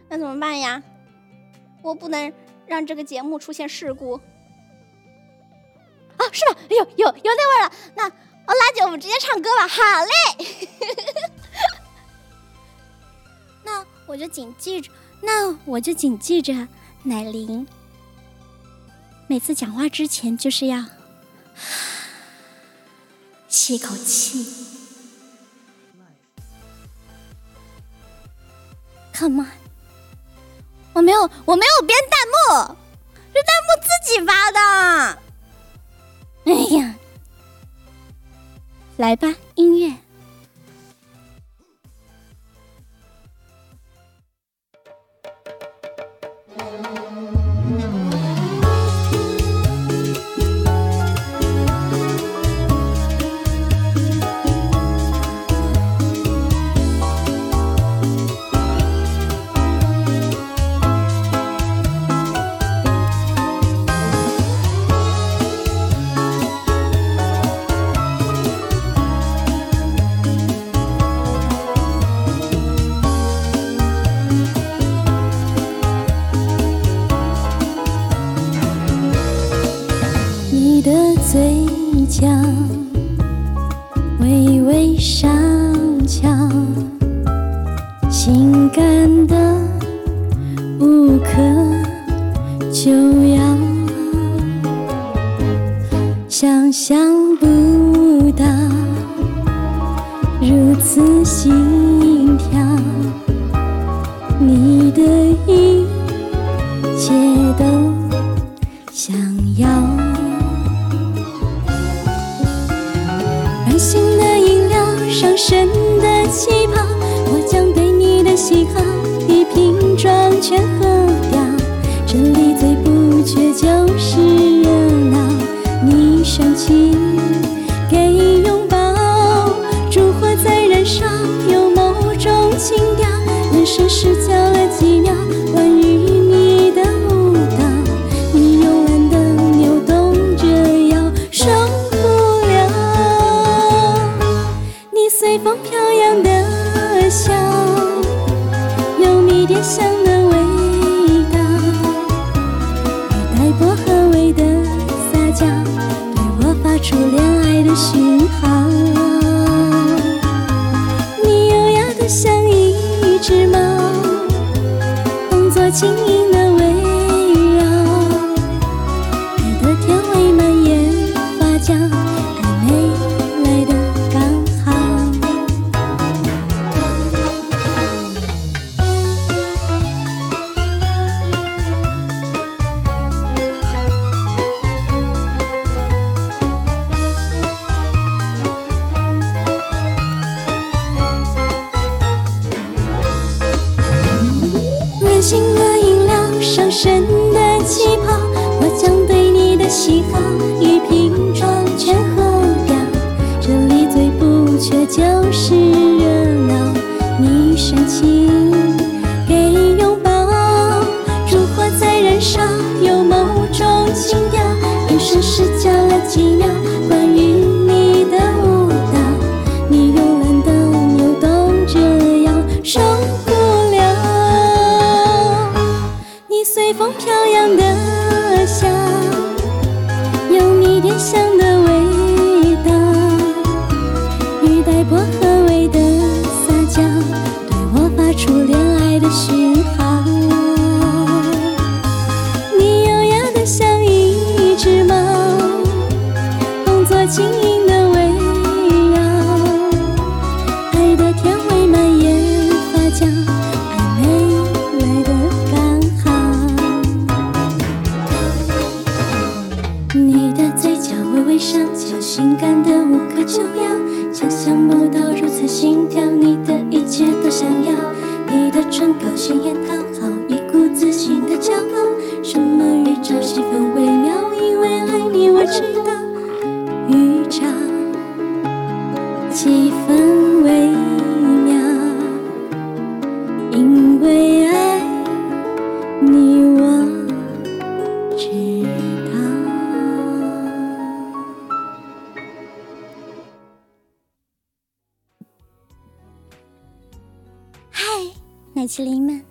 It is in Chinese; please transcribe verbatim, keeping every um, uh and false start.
那怎么办呀？我不能让这个节目出现事故。啊，是吧？有有有那味儿了。那哦，拉姐，我们直接唱歌吧。好嘞。那我就谨记着，那我就谨记着，乃琳每次讲话之前就是要吸口气。Come on， 我没有，我没有编弹幕，这弹幕自己发的。哎呀，来吧，音乐。 嘴角微微上翘，性感的无可救药，想象不到如此心跳，你的一切都想要。软性的饮料，上升的气泡，我将对你的喜好一瓶装全喝掉。这里最不缺就是热闹，你生气给拥抱，烛火在燃烧，有某种情调，眼神失焦了几秒，关于你的舞蹈，你慵懒的扭动着腰，受不了你随风飘扬的笑，有迷迭香的味道，你带薄荷味的撒娇，对我发出恋爱的讯号。你优雅的像一只猫，动作轻盈的围绕，爱的甜味蔓延发酵，暧昧来得刚好。软性的饮料，上升的气泡，我将对你的喜好一瓶装全喝掉。这里最不缺就是热闹，你生气给拥抱，烛火在燃烧，有某种情调，眼神失焦了几秒，关于你的舞蹈，你慵懒的扭动着腰，受不了你随风飘扬的笑，有迷迭香的味道，与带薄荷味的撒娇，对我发出恋爱的讯号。你优雅的像一只猫，动作轻盈的围绕，爱的甜味蔓延发酵，暧昧来得刚好。你的嘴角微微上翘，性感的无可救药，想象不到如此心跳，你的一切都想要。你的唇膏鲜艳讨好，一股自信的骄傲，什么预兆气氛微妙，因为爱你我知道。预兆气氛微妙，因为爱你我知道。 嗨，奶麒麟们，